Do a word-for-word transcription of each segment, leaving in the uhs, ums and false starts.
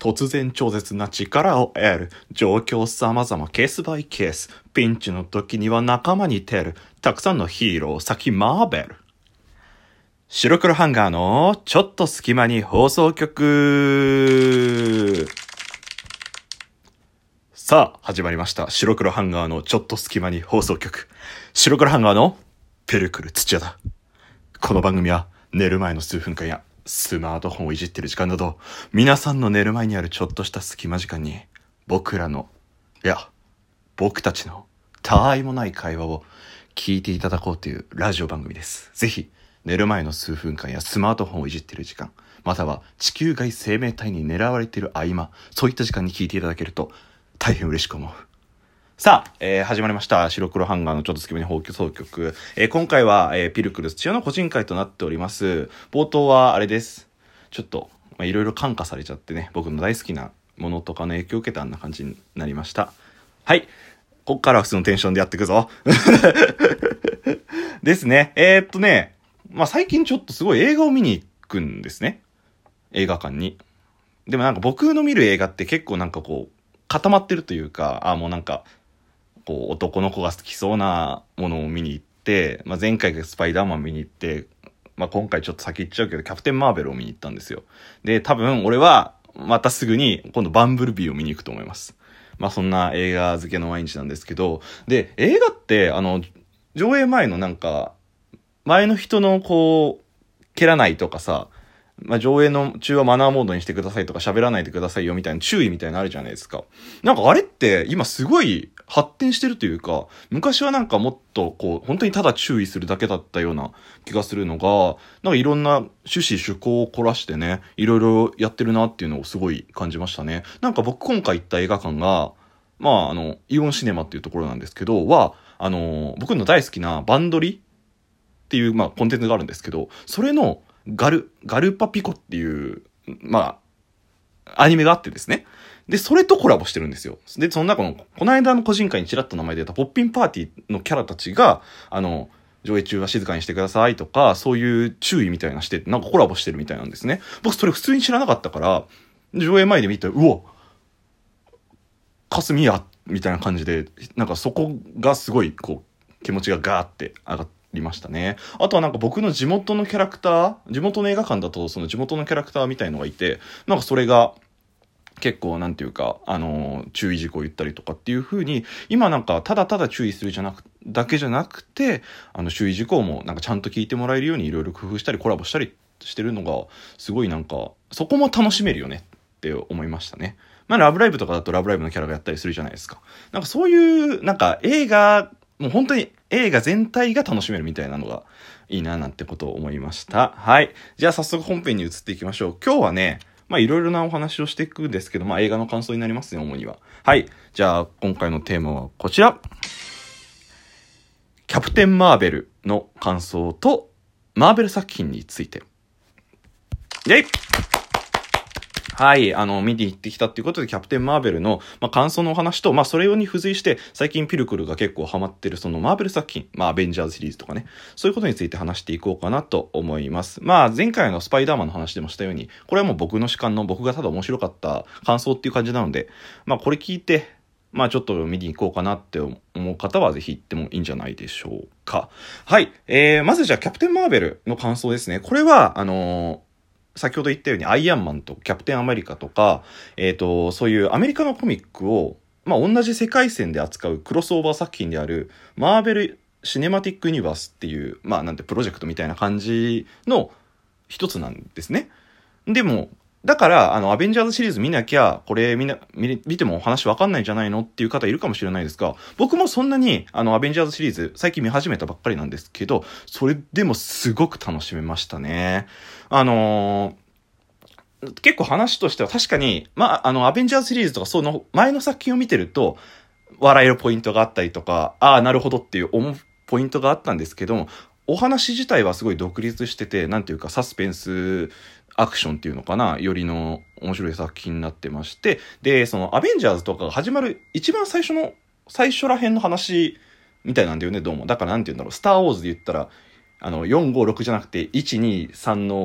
突然超絶な力を得る。状況様々ケースバイケース。ピンチの時には仲間に照る。たくさんのヒーロー先マーベル。白黒ハンガーのちょっと隙間に放送局。さあ始まりました。白黒ハンガーのちょっと隙間に放送局。白黒ハンガーのペルクル土屋だ。この番組は寝る前の数分間やスマートフォンをいじってる時間など、皆さんの寝る前にあるちょっとした隙間時間に、僕らの、いや、僕たちのたわいもない会話を聞いていただこうというラジオ番組です。ぜひ、寝る前の数分間やスマートフォンをいじってる時間、または地球外生命体に狙われている合間、そういった時間に聞いていただけると大変嬉しく思う。さあ、えー、始まりました。白黒ハンガーのちょっと隙間に放送局。えー、今回は、えー、ピルクル土屋の個人会となっております。冒頭はあれです。ちょっと、まあ、いろいろ感化されちゃってね、僕の大好きなものとかの影響を受けたあんな感じになりました。はい。こっからは普通のテンションでやっていくぞ。ですね。えー、っとね、まあ、最近ちょっとすごい映画を見に行くんですね。映画館に。でもなんか僕の見る映画って結構なんかこう、固まってるというか、あ、もうなんか、こう男の子が好きそうなものを見に行って、まあ、前回がスパイダーマン見に行って、まあ、今回ちょっと先行っちゃうけどキャプテンマーベルを見に行ったんですよ。で、多分俺はまたすぐに今度バンブルビーを見に行くと思います。まあそんな映画漬けの毎日なんですけど、で、映画ってあの上映前のなんか前の人のこう蹴らないとかさ、まあ、上映の中はマナーモードにしてくださいとか喋らないでくださいよみたいな注意みたいなのあるじゃないですか。なんかあれって今すごい発展してるというか、昔はなんかもっとこう本当にただ注意するだけだったような気がするのが、なんかいろんな趣旨趣向を凝らしてね、いろいろやってるなっていうのをすごい感じましたね。なんか僕今回行った映画館が、まああの、イオンシネマっていうところなんですけど、は、あの、僕の大好きなバンドリっていうまあコンテンツがあるんですけど、それのガル、ガルパピコっていう、まあ、アニメがあってですね。で、それとコラボしてるんですよ。で、その中の、この間の個人会にちらっと名前出たポッピンパーティーのキャラたちが、あの、上映中は静かにしてくださいとか、そういう注意みたいなして、なんかコラボしてるみたいなんですね。僕それ普通に知らなかったから、上映前で見て、うわ、霞や、みたいな感じで、なんかそこがすごい、こう、気持ちがガーって上がって、りましたね。あとはなんか僕の地元のキャラクター、地元の映画館だとその地元のキャラクターみたいのがいて、なんかそれが結構なんていうか、あのー、注意事項を言ったりとかっていう風に、今なんかただただ注意するじゃなく、だけじゃなくて、あの注意事項もなんかちゃんと聞いてもらえるようにいろいろ工夫したりコラボしたりしてるのが、すごいなんか、そこも楽しめるよねって思いましたね。まあラブライブとかだとラブライブのキャラがやったりするじゃないですか。なんかそういう、なんか映画、もう本当に映画全体が楽しめるみたいなのがいいななんてことを思いました。はい。じゃあ早速本編に移っていきましょう。今日はね、まあいろいろなお話をしていくんですけど、まあ映画の感想になりますね、主には。はい。じゃあ今回のテーマはこちら。キャプテンマーベルの感想とマーベル作品について。イェイ！はい、あの、見に行ってきたっていうことで、キャプテンマーベルの、まあ、感想のお話と、まあ、それに付随して、最近ピルクルが結構ハマってる、そのマーベル作品、まあ、アベンジャーズシリーズとかね、そういうことについて話していこうかなと思います。まあ、前回のスパイダーマンの話でもしたように、これはもう僕の主観の、僕がただ面白かった感想っていう感じなので、まあ、これ聞いて、まあ、ちょっと見に行こうかなって思う方は、ぜひ行ってもいいんじゃないでしょうか。はい、えー、まずじゃあ、キャプテンマーベルの感想ですね。これは、あのー、先ほど言ったようにアイアンマンとキャプテンアメリカとか、えっと、そういうアメリカのコミックを、まあ、同じ世界線で扱うクロスオーバー作品であるマーベルシネマティックユニバースっていう、まあ、なんてプロジェクトみたいな感じの一つなんですね。でも、だから、あの、アベンジャーズシリーズ見なきゃ、これみんな、見、見ても話わかんないんじゃないのっていう方いるかもしれないですが、僕もそんなに、あの、アベンジャーズシリーズ、最近見始めたばっかりなんですけど、それでもすごく楽しめましたね。あのー、結構話としては確かに、まあ、あの、アベンジャーズシリーズとか、その前の作品を見てると、笑えるポイントがあったりとか、ああ、なるほどっていう思うポイントがあったんですけども、お話自体はすごい独立してて、なんていうかサスペンス、アクションっていうのかな、よりの面白い作品になってまして、で、そのアベンジャーズとかが始まる一番最初の、最初ら辺の話みたいなんだよね、どうも。だからなんていうんだろう、スターウォーズで言ったら、あの、よん、ご、ろくじゃなくて、いち、に、さんの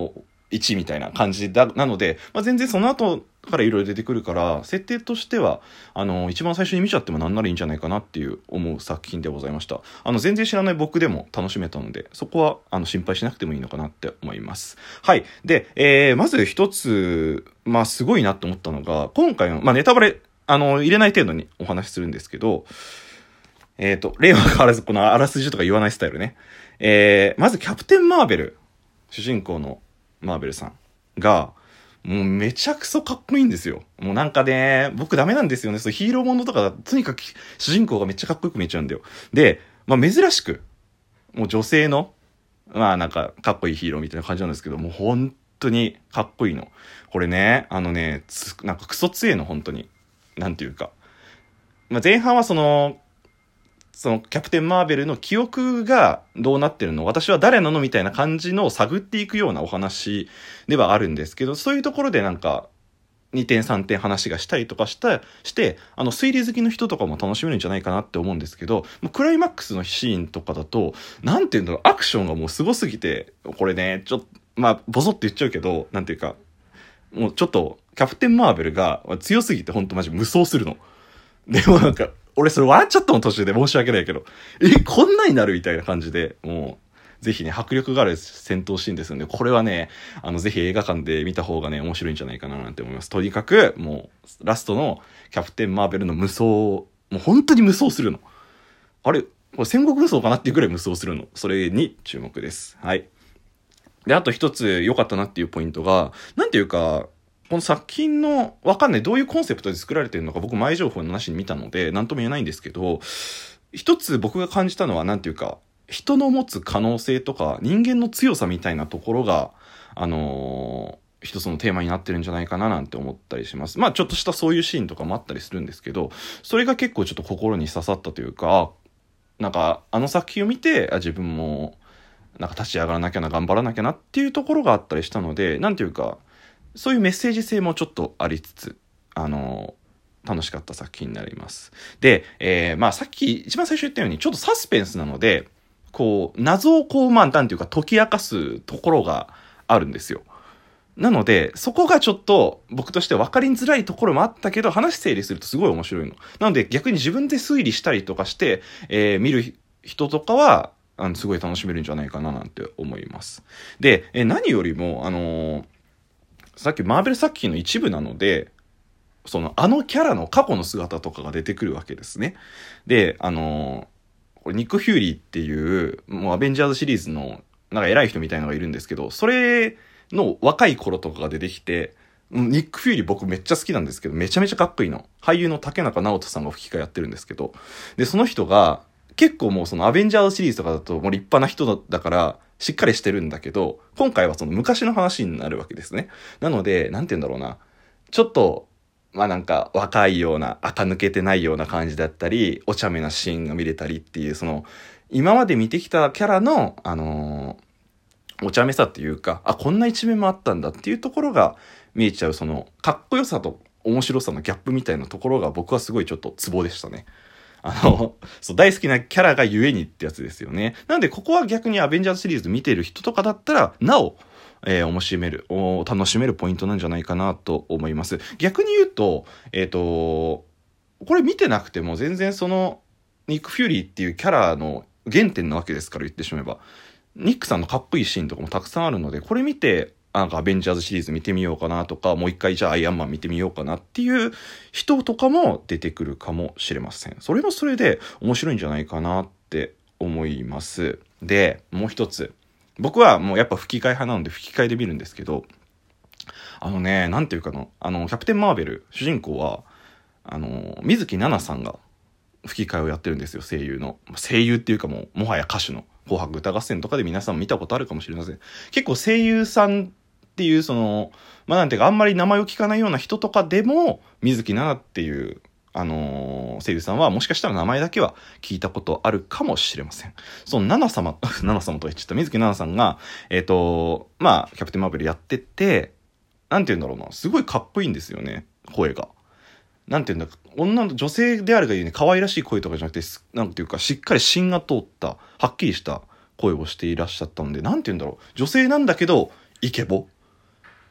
いちみたいな感じだ、なので、まあ、全然その後からいろいろ出てくるから、設定としては、あの、一番最初に見ちゃってもなんならいいんじゃないかなっていう思う作品でございました。あの、全然知らない僕でも楽しめたので、そこは、あの、心配しなくてもいいのかなって思います。はい。で、えー、まず一つ、まあ、すごいなと思ったのが、今回の、まあ、ネタバレ、あの、入れない程度にお話しするんですけど、えっと、例は変わらずこのあらすじとか言わないスタイルね。えー、まずキャプテン・マーベル、主人公のマーベルさんが、もうめちゃくそかっこいいんですよ。もうなんかね、僕ダメなんですよね。そうヒーローものとか、とにかく主人公がめっちゃかっこよく見えちゃうんだよ。で、まあ珍しく、もう女性の、まあなんかかっこいいヒーローみたいな感じなんですけど、もう本当にかっこいいの。これね、あのね、つなんかクソ強えの、本当に。なんていうか。まあ前半はその、そのキャプテンマーベルの記憶がどうなってるの、私は誰なのみたいな感じのを探っていくようなお話ではあるんですけど、そういうところでなんかにてんさんてん話がしたりとかしたしてあの推理好きの人とかも楽しめるんじゃないかなって思うんですけど、もうクライマックスのシーンとかだとなんていうんだろう、アクションがもうすごすぎて、これねちょっとまあボソって言っちゃうけど、なんていうかもうちょっとキャプテンマーベルが強すぎてほんとマジ無双するの。でもなんか俺それ笑っちゃったもん、途中で。申し訳ないけど。え、こんなになるみたいな感じで、もう、ぜひね、迫力がある戦闘シーンですので、これはね、あの、ぜひ映画館で見た方がね、面白いんじゃないかななんて思います。とにかく、もう、ラストのキャプテン・マーベルの無双、もう本当に無双するの。あれ、これ戦国無双かなっていうくらい無双するの。それに注目です。はい。で、あと一つ良かったなっていうポイントが、なんていうか、この作品の、わかんない、どういうコンセプトで作られてるのか僕前情報なしに見たので、なんとも言えないんですけど、一つ僕が感じたのは、なんていうか、人の持つ可能性とか、人間の強さみたいなところが、あのー、一つのテーマになってるんじゃないかななんて思ったりします。まあちょっとしたそういうシーンとかもあったりするんですけど、それが結構ちょっと心に刺さったというか、なんかあの作品を見て、あ自分もなんか立ち上がらなきゃな、頑張らなきゃなっていうところがあったりしたので、なんていうか、そういうメッセージ性もちょっとありつつ、あのー、楽しかった作品になります。で、えー、まあさっき一番最初言ったように、ちょっとサスペンスなので、こう、謎をこう、まあ、なんていうか解き明かすところがあるんですよ。なので、そこがちょっと僕として分かりづらいところもあったけど、話整理するとすごい面白いの。なので逆に自分で推理したりとかして、えー、見る人とかは、あの、すごい楽しめるんじゃないかななんて思います。で、えー、何よりも、あのー、さっきマーベル作品の一部なので、そのあのキャラの過去の姿とかが出てくるわけですね。で、あのー、これニック・フューリーっていう、もうアベンジャーズシリーズのなんか偉い人みたいなのがいるんですけど、それの若い頃とかが出てきて、ニック・フューリー僕めっちゃ好きなんですけど、めちゃめちゃかっこいいの。俳優の竹中直人さんが吹き替えやってるんですけど、で、その人が結構もうそのアベンジャーズシリーズとかだともう立派な人だから、しっかりしてるんだけど、今回はその昔の話になるわけですね。なので、なんて言うんだろうな。ちょっと、まあなんか若いような、垢抜けてないような感じだったり、お茶目なシーンが見れたりっていう、その、今まで見てきたキャラの、あのー、お茶目さっていうか、あ、こんな一面もあったんだっていうところが見えちゃう、その、かっこよさと面白さのギャップみたいなところが僕はすごいちょっとツボでしたね。あの、そう、大好きなキャラがゆえにってやつですよね。なので、ここは逆にアベンジャーズシリーズ見てる人とかだったら、なお、えー、面白める、お楽しめるポイントなんじゃないかなと思います。逆に言うと、えっと、これ見てなくても全然その、ニック・フューリーっていうキャラの原点なわけですから、言ってしまえば。ニックさんのかっこいいシーンとかもたくさんあるので、これ見て、なんかアベンジャーズシリーズ見てみようかなとか、もう一回じゃあアイアンマン見てみようかなっていう人とかも出てくるかもしれません。それもそれで面白いんじゃないかなって思います。で、もう一つ。僕はもうやっぱ吹き替え派なので吹き替えで見るんですけど、あのね、なんていうかな、あの、キャプテンマーベル、主人公は、あの、水木奈々さんが吹き替えをやってるんですよ、声優の。声優っていうかもう、もはや歌手の。紅白歌合戦とかで皆さん見たことあるかもしれません。結構声優さんっていうその、まあなんていうかあんまり名前を聞かないような人とかでも、水木奈々っていう、あのー、声優さんはもしかしたら名前だけは聞いたことあるかもしれません。その奈々様、奈々様と言っちゃった水木奈々さんが、えっと、まあ、キャプテンマーベルやってて、なんて言うんだろうな、すごいかっこいいんですよね、声が。なんて言うんだ、女の女性であるがゆえに可愛らしい声とかじゃなくて、なんていうかしっかり芯が通った、はっきりした声をしていらっしゃったので、なんて言うんだろう、女性なんだけど、イケボ。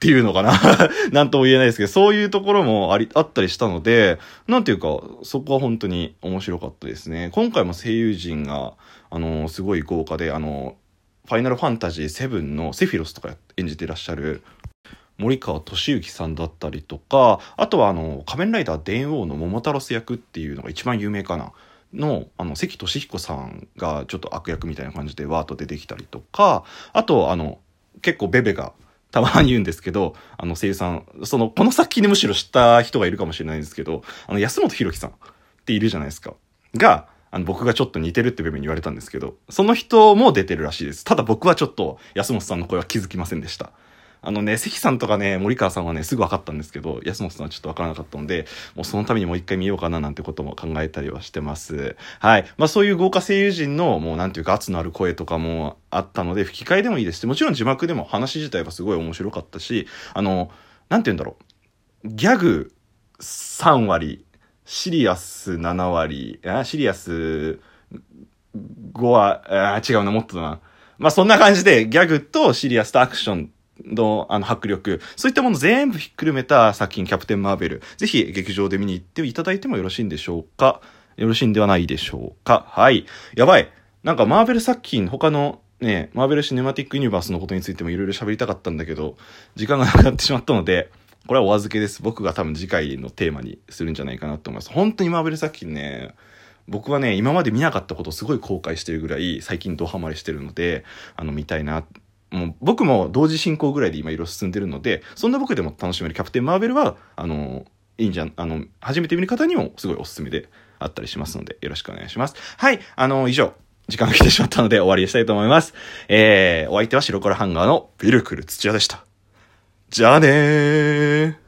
っていうのかななんとも言えないですけど、そういうところもあり、あったりしたので、なんていうか、そこは本当に面白かったですね。今回も声優陣が、あのー、すごい豪華で、あのー、ファイナルファンタジーセブンのセフィロスとか演じてらっしゃる、森川俊之さんだったりとか、あとはあの、仮面ライダー電王の桃太郎役っていうのが一番有名かな。の、あの、関俊彦さんがちょっと悪役みたいな感じでワーッと出てきたりとか、あとあの、結構ベベがたまに言うんですけど、あの声優さん、その、この作品でむしろ知った人がいるかもしれないんですけど、あの、安本博樹さんっているじゃないですか。が、あの、僕がちょっと似てるってベベに言われたんですけど、その人も出てるらしいです。ただ僕はちょっと安本さんの声は気づきませんでした。あのね、関さんとかね、森川さんはね、すぐ分かったんですけど、安本さんはちょっと分からなかったので、もうそのためにもう一回見ようかななんてことも考えたりはしてます。はい。まあそういう豪華声優陣の、もうなんていうか圧のある声とかもあったので、吹き替えでもいいですし、もちろん字幕でも話自体はすごい面白かったし、あの、なんて言うんだろう。ギャグさん割、シリアスなな割、あシリアスご割、あ違うな、もっとな。まあそんな感じで、ギャグとシリアスとアクション、の、あの、迫力。そういったもの全部ひっくるめた作品、キャプテン・マーベル。ぜひ、劇場で見に行っていただいてもよろしいんでしょうか？よろしいんではないでしょうか？はい。やばい。なんか、マーベル作品、他のね、マーベル・シネマティック・ユニバースのことについてもいろいろ喋りたかったんだけど、時間がなくなってしまったので、これはお預けです。僕が多分次回のテーマにするんじゃないかなと思います。本当にマーベル作品ね、僕はね、今まで見なかったことをすごい後悔してるぐらい、最近ドハマりしてるので、あの、見たいな。もう僕も同時進行ぐらいで今いろいろ進んでるので、そんな僕でも楽しめるキャプテンマーベルは、あの、いいんじゃん、あの、初めて見る方にもすごいおすすめであったりしますので、よろしくお願いします。はい、あの、以上、時間が来てしまったので終わりにしたいと思います。えー、お相手は白黒ハンガーのビルクル土屋でした。じゃあねー。